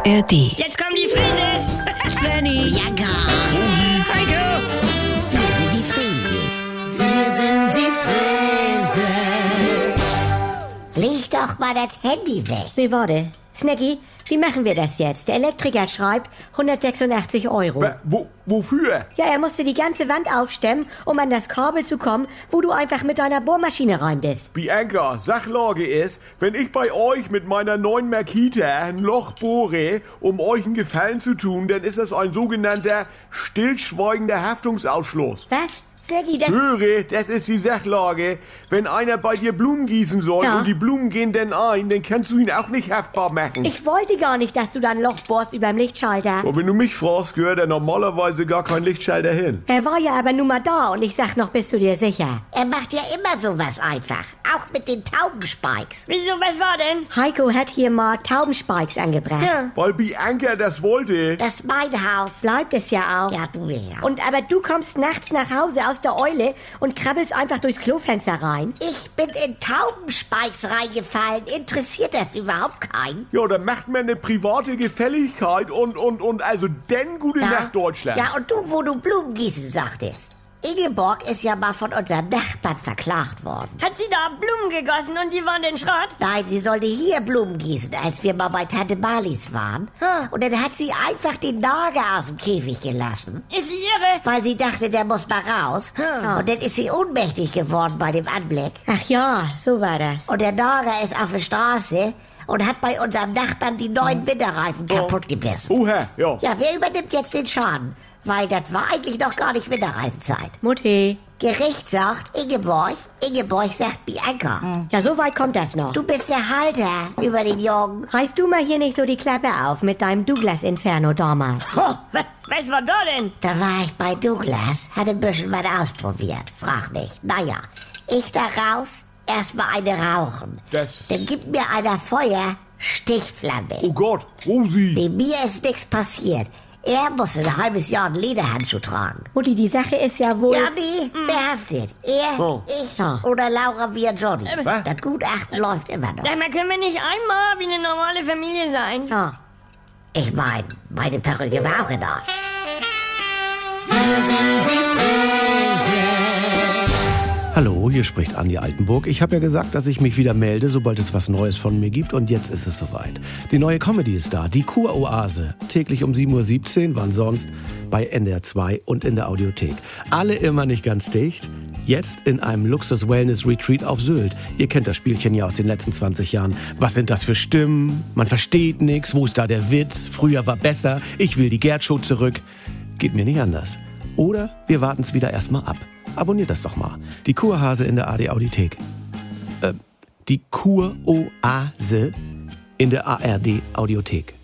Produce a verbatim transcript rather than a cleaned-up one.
R D. Jetzt kommen die Frises! Svenny, Jagger, Heiko! wir sind die Frieses. Wir sind die Frieses. Leg doch mal das Handy weg. nee, warte. Snacky, wie machen wir das jetzt? Der Elektriker schreibt hundertsechsundachtzig Euro. Wa- Wo, wofür? Ja, er musste die ganze Wand aufstemmen, um an das Kabel zu kommen, wo du einfach mit deiner Bohrmaschine rein bist. Bianca, Sachlage ist, wenn ich bei euch mit meiner neuen Makita ein Loch bohre, um euch einen Gefallen zu tun, dann ist das ein sogenannter stillschweigender Haftungsausschluss. Was? Snacky, das... Höre, das ist die Sachlage. Wenn einer bei dir Blumen gießen soll Ja. und die Blumen gehen dann ein, dann kannst du ihn auch nicht haftbar machen. Ich wollte gar nicht, dass du da ein Loch bohrst überm Lichtschalter. Und wenn du mich fragst, gehört er normalerweise gar kein Lichtschalter hin. Er war ja aber nun mal da und ich sag noch, bist du dir sicher? Er macht ja immer sowas einfach. Auch mit den Taubenspikes. Wieso, was war denn? Heiko hat hier mal Taubenspikes angebracht. Ja. Weil Bianca das wollte. Das ist mein Haus. Bleibt es ja auch. Ja, du ja. Und aber du kommst nachts nach Hause aus der Eule und krabbelst einfach durchs Klofenster rein. Ich bin in Taubenspikes reingefallen. Interessiert das überhaupt keinen? Ja, dann macht man eine private Gefälligkeit und, und, und also denn gute Nacht Deutschland. Ja, und du, wo du Blumen gießen sagtest. Ingeborg ist ja mal von unserem Nachbarn verklagt worden. Hat sie da Blumen gegossen und die waren den Schrott? Nein, sie sollte hier Blumen gießen, als wir mal bei Tante Marlies waren. Hm. Und dann hat sie einfach den Nager aus dem Käfig gelassen, Ist sie irre? weil sie dachte, der muss mal raus. Hm. Und dann ist sie ohnmächtig geworden bei dem Anblick. Ach ja, so war das. Und der Nager ist auf der Straße und hat bei unserem Nachbarn die neuen Winterreifen kaputt gebissen. Oha, ja. Ja, wer übernimmt jetzt den Schaden? Weil das war eigentlich noch gar nicht Winterreifenzeit. Mutti. Gericht sagt Ingeborg, Ingeborg sagt Bianca. Ja, so weit kommt das noch. Du bist der Halter über den Jungen. Reißt du mal hier nicht so die Klappe auf mit deinem Douglas-Inferno damals. Oh, was, was war da denn? Da war ich bei Douglas, hatte ein bisschen was ausprobiert. Frag nicht. Naja, ich da raus, erstmal eine rauchen. Das- Dann gibt mir einer Feuer, Stichflamme. Oh Gott, Rosi. Bei mir ist nichts passiert. Er muss ein halbes Jahr einen Lederhandschuh tragen. Mutti, die Sache ist ja wohl... Ja, nee, verhaftet. Er, Oh. ich Ja. oder Laura wie Johnny. Was? Das Gutachten läuft immer noch. Sag mal, können wir nicht einmal wie eine normale Familie sein? Ja. Ich mein, meine Perücke war auch in Ordnung. Hallo, hier spricht Andi Altenburg. Ich habe ja gesagt, dass ich mich wieder melde, sobald es was Neues von mir gibt. Und jetzt ist es soweit. Die neue Comedy ist da, die Kuroase. Täglich um sieben Uhr siebzehn, wann sonst, bei N D R zwei und in der Audiothek. Alle immer nicht ganz dicht. Jetzt in einem Luxus-Wellness-Retreat auf Sylt. Ihr kennt das Spielchen ja aus den letzten zwanzig Jahren. Was sind das für Stimmen? Man versteht nichts. Wo ist da der Witz? Früher war besser. Ich will die Gerd-Show zurück. Geht mir nicht anders. Oder wir warten es wieder erstmal ab. Abonniert das doch mal. Die Kurhase in der A D Audiothek. Äh, die Kuroase in der A R D Audiothek.